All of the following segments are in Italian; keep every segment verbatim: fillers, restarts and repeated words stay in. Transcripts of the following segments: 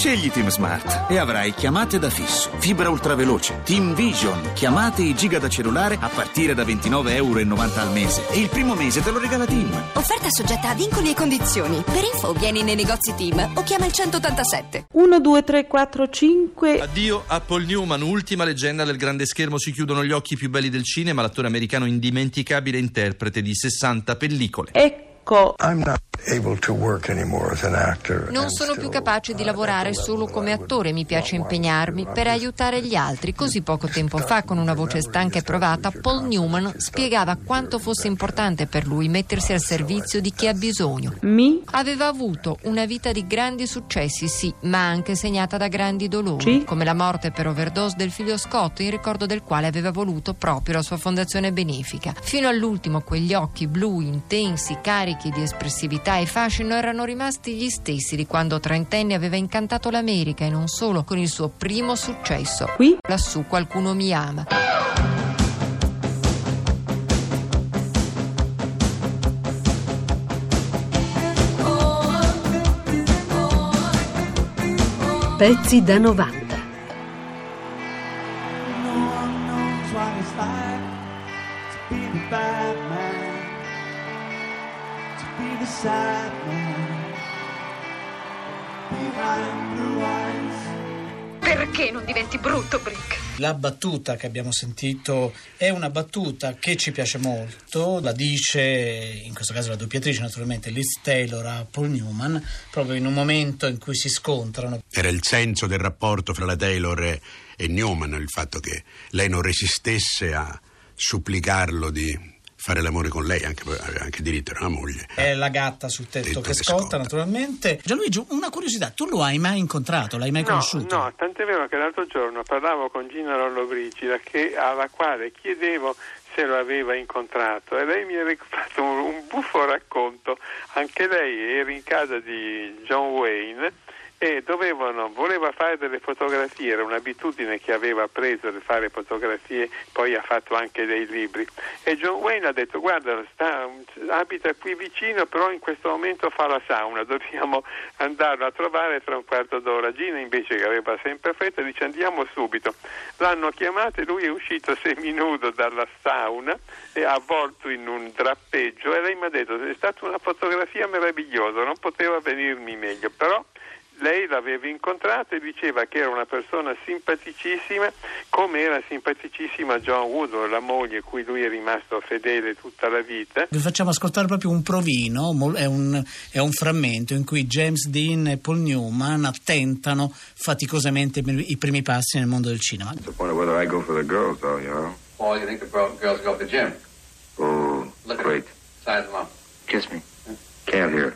Scegli Team Smart e avrai chiamate da fisso, fibra ultraveloce, Team Vision, chiamate e giga da cellulare a partire da ventinove virgola novanta euro al mese. E il primo mese te lo regala Team. Offerta soggetta a vincoli e condizioni. Per info vieni nei negozi Team o chiama il centottantasette. uno, due, tre, quattro, cinque. Addio a Paul Newman, ultima leggenda del grande schermo. Si chiudono gli occhi più belli del cinema, l'attore americano indimenticabile, interprete di sessanta pellicole. Ecco. I'm not able to work anymore as an actor. Non sono più capace di lavorare solo come attore, mi piace impegnarmi per aiutare gli altri. Così poco tempo fa, con una voce stanca e provata, Paul Newman spiegava quanto fosse importante per lui mettersi al servizio di chi ha bisogno. Mi? Aveva avuto una vita di grandi successi, sì, ma anche segnata da grandi dolori, Sì. come la morte per overdose del figlio Scott, in ricordo del quale aveva voluto proprio la sua fondazione benefica. Fino all'ultimo quegli occhi blu intensi, carichi di espressività e fascino erano rimasti gli stessi di quando trentenne aveva incantato l'America, e non solo, con il suo primo successo. Qui? Lassù qualcuno mi ama. Pezzi da novanta. Perché non diventi brutto, Brick? La battuta che abbiamo sentito è una battuta che ci piace molto, la dice, in questo caso la doppiatrice naturalmente, Liz Taylor a Paul Newman, proprio in un momento in cui si scontrano. Era il senso del rapporto fra la Taylor e, e Newman, il fatto che lei non resistesse a supplicarlo di fare l'amore con lei, anche aveva anche diritto, era una moglie. È la gatta sul tetto, tetto che, che scotta, scotta, naturalmente. Gianluigi, una curiosità, tu lo hai mai incontrato? L'hai mai no, conosciuto? No, tant'è vero che l'altro giorno parlavo con Gina Lollobrigida, che, alla quale chiedevo se lo aveva incontrato, e lei mi ha fatto un, un buffo racconto. Anche lei era in casa di John Wayne e dovevano, voleva fare delle fotografie, era un'abitudine che aveva preso di fare fotografie, poi ha fatto anche dei libri, e John Wayne ha detto: guarda, sta, abita qui vicino, però in questo momento fa la sauna, dobbiamo andarlo a trovare tra un quarto d'ora. Gina invece, che aveva sempre fretta, dice: andiamo subito. L'hanno chiamato e lui è uscito seminudo dalla sauna e avvolto in un drappeggio, e lei mi ha detto: è stata una fotografia meravigliosa, non poteva venirmi meglio. Però lei l'aveva incontrato e diceva che era una persona simpaticissima, come era simpaticissima John Woodward, la moglie cui lui è rimasto fedele tutta la vita. Vi facciamo ascoltare proprio un provino, è un, è un frammento in cui James Dean e Paul Newman tentano faticosamente i primi passi nel mondo del cinema. It's the point of whether I go for the girls, though, you know. Paul, you think the girls go to the gym? Oh, Look at great. them. Size them up. Kiss me. Can't hear.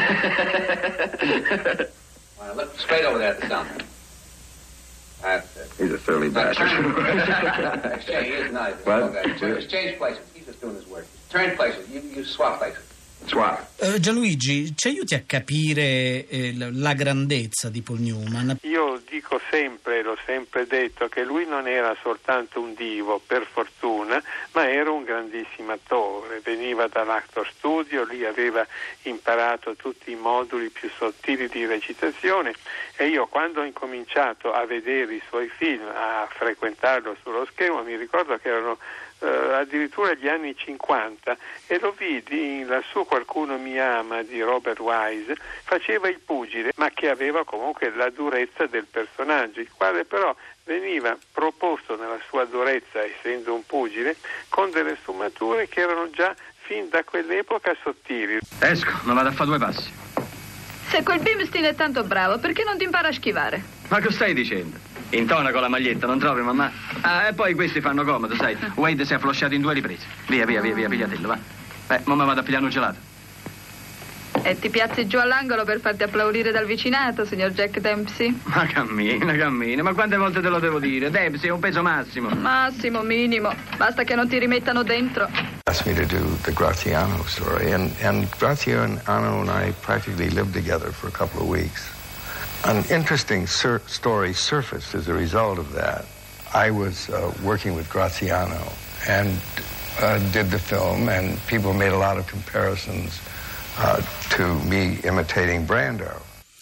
Well, look straight over there at the sun. That's it. He's a surly bastard. Exchange, he is nice. What? Exchange, exchange places. He's just doing his work. Turn places. You, you swap places. Swap. Uh, Gianluigi, ci aiuti a capire eh, la grandezza di Paul Newman? Io dico sempre, l'ho sempre detto, che lui non era soltanto un divo, per fortuna, ma era un grandissimo attore. Veniva dall'Actor Studio, lì aveva imparato tutti i moduli più sottili di recitazione, e io, quando ho incominciato a vedere i suoi film, a frequentarlo sullo schermo, mi ricordo che erano Uh, addirittura gli anni cinquanta, e lo vidi in Lassù qualcuno mi ama di Robert Wise. Faceva il pugile, ma che aveva comunque la durezza del personaggio, il quale però veniva proposto nella sua durezza, essendo un pugile, con delle sfumature che erano già fin da quell'epoca sottili. Esco, non vado a fare due passi. Se quel Bimstein è tanto bravo, perché non ti impara a schivare? Ma cosa stai dicendo? Intona con la maglietta, non trovi, mamma? Ah, e poi questi fanno comodo, sai. Wade si è afflosciato in due riprese. Via, via, via, via, pigliatello, va. Beh, mamma vado a pigliare un gelato. E ti piazzi giù all'angolo per farti applaudire dal vicinato, signor Jack Dempsey? Ma cammina, cammina. Ma quante volte te lo devo dire? Dempsey è un peso massimo. Massimo, minimo. Basta che non ti rimettano dentro. Asked me to do the Graziano story, and, and Graziano and I practically lived together for a couple of weeks. An interesting sur- story surfaced as a result of that. I was uh, working with Graziano and uh, did the film, and people made a lot of comparisons uh, to me imitating Brando.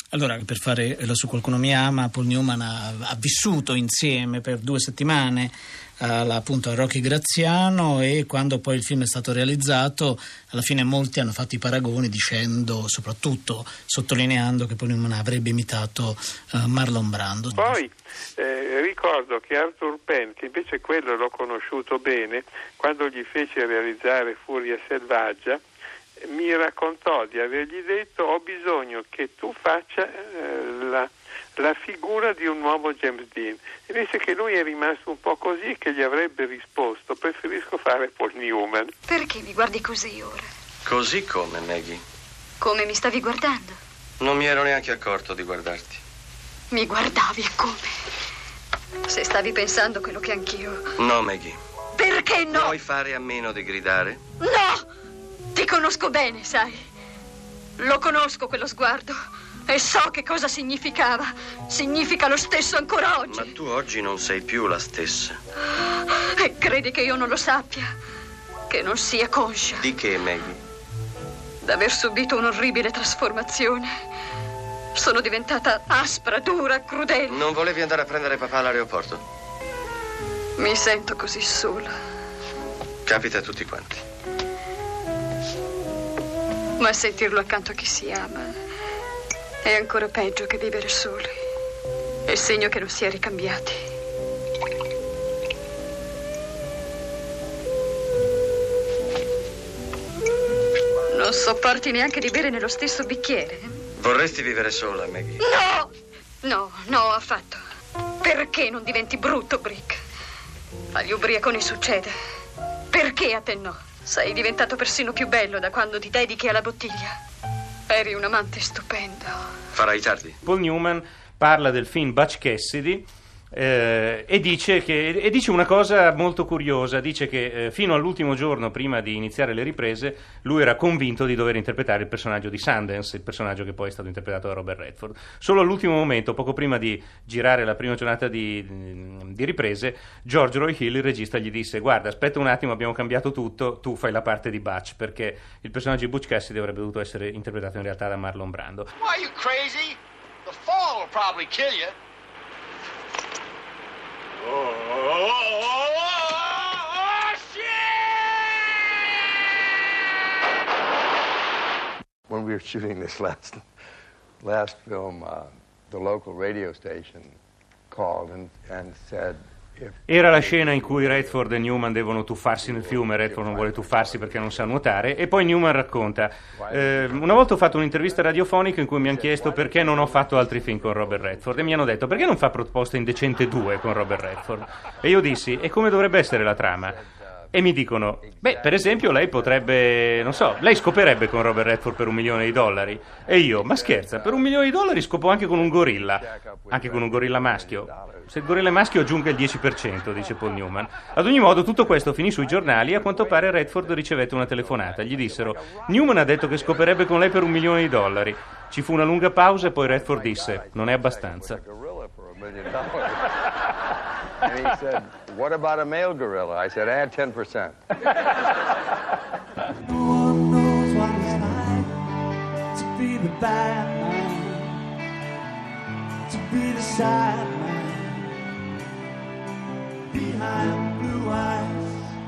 Allora, per fare lo Su qualcuno mi ama, Paul Newman ha, ha vissuto insieme per due settimane alla, appunto a Rocky Graziano, e quando poi il film è stato realizzato, alla fine molti hanno fatto i paragoni dicendo, soprattutto sottolineando, che Paul Newman avrebbe imitato uh, Marlon Brando. Poi eh, ricordo che Arthur Penn, che invece quello l'ho conosciuto bene, quando gli fece realizzare Furia Selvaggia, mi raccontò di avergli detto: ho bisogno che tu faccia eh, la, la figura di un nuovo James Dean, e disse che lui è rimasto un po' così, che gli avrebbe risposto: preferisco fare Paul Newman. Perché mi guardi così ora? Così come, Maggie? Come mi stavi guardando? Non mi ero neanche accorto di guardarti. Mi guardavi e come? Se stavi pensando quello che anch'io. No, Maggie. Perché no? Puoi fare a meno di gridare? No! Ti conosco bene, sai. Lo conosco quello sguardo e so che cosa significava. Significa lo stesso ancora oggi. Ma tu oggi non sei più la stessa. E credi che io non lo sappia? Che non sia conscia? Di che, Maggie? D'aver subito un'orribile trasformazione. Sono diventata aspra, dura, crudele. Non volevi andare a prendere papà all'aeroporto? Mi sento così sola. Capita a tutti quanti. Ma sentirlo accanto a chi si ama è ancora peggio che vivere soli. È segno che non si è ricambiati. Non sopporti neanche di bere nello stesso bicchiere? Vorresti vivere sola, Maggie? No! No, no, affatto. Perché non diventi brutto, Brick? Agli ubriaconi succede. Perché a te no? Sei diventato persino più bello da quando ti dedichi alla bottiglia. Eri un amante stupendo. Farai tardi. Paul Newman parla del film Butch Cassidy eh, e, dice che, e dice una cosa molto curiosa. Dice che eh, fino all'ultimo giorno prima di iniziare le riprese lui era convinto di dover interpretare il personaggio di Sundance, il personaggio che poi è stato interpretato da Robert Redford. Solo all'ultimo momento, poco prima di girare la prima giornata di, di riprese, George Roy Hill, il regista, gli disse: guarda, aspetta un attimo, abbiamo cambiato tutto, tu fai la parte di Butch, perché il personaggio di Butch Cassidy avrebbe dovuto essere interpretato in realtà da Marlon Brando. Why are you crazy? The fall will probably kill you. Oh, oh, oh, oh, oh, shit! When we were shooting this last last film, uh, the local radio station called and, and said, Era la scena in cui Redford e Newman devono tuffarsi nel fiume. Redford non vuole tuffarsi perché non sa nuotare, e poi Newman racconta: eh, una volta ho fatto un'intervista radiofonica in cui mi hanno chiesto perché non ho fatto altri film con Robert Redford, e mi hanno detto: perché non fa Proposta indecente due con Robert Redford? E io dissi: e come dovrebbe essere la trama? E mi dicono: beh, per esempio lei potrebbe, non so, lei scoperebbe con Robert Redford per un milione di dollari. E io: ma scherza, per un milione di dollari scopo anche con un gorilla, anche con un gorilla maschio. Se il gorilla è maschio aggiunga il dieci per cento, dice Paul Newman. Ad ogni modo tutto questo finì sui giornali e a quanto pare Redford ricevette una telefonata. Gli dissero: Newman ha detto che scoperebbe con lei per un milione di dollari. Ci fu una lunga pausa e poi Redford disse: non è abbastanza. And he said, what about a male gorilla? I said, add ten percent. No one knows what it's like to be the bad man, to be the sad man, behind blue eyes.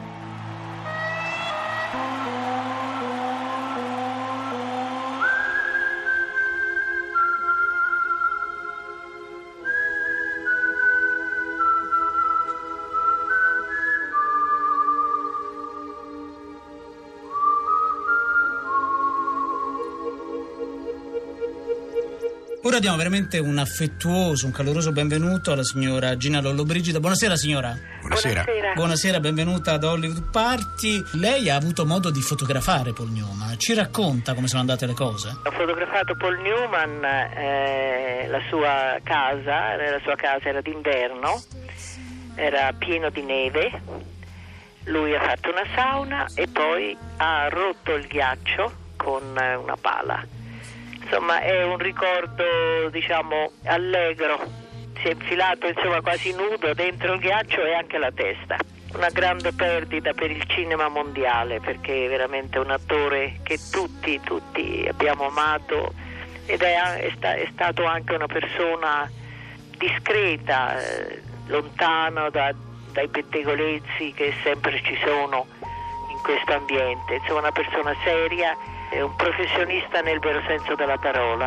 Ora diamo veramente un affettuoso, un caloroso benvenuto alla signora Gina Lollobrigida. Buonasera signora. Buonasera. Buonasera. Buonasera, benvenuta ad Hollywood Party. Lei ha avuto modo di fotografare Paul Newman. Ci racconta come sono andate le cose? Ho fotografato Paul Newman, eh, la sua casa, la sua casa era d'inverno, era pieno di neve. Lui ha fatto una sauna e poi ha rotto il ghiaccio con una pala. Insomma, è un ricordo, diciamo, allegro. Si è infilato, insomma, quasi nudo dentro il ghiaccio e anche la testa. Una grande perdita per il cinema mondiale, perché è veramente un attore che tutti, tutti abbiamo amato ed è, è, sta, è stato anche una persona discreta, eh, lontano da, dai pettegolezzi che sempre ci sono in questo ambiente. Insomma, una persona seria e un professionista nel vero senso della parola.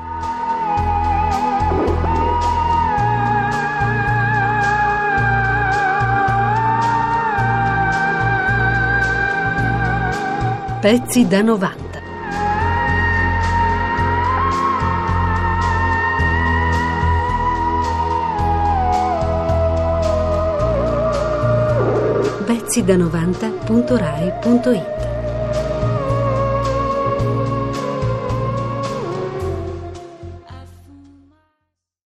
Pezzi da novanta. pezzi da novanta punto rai punto it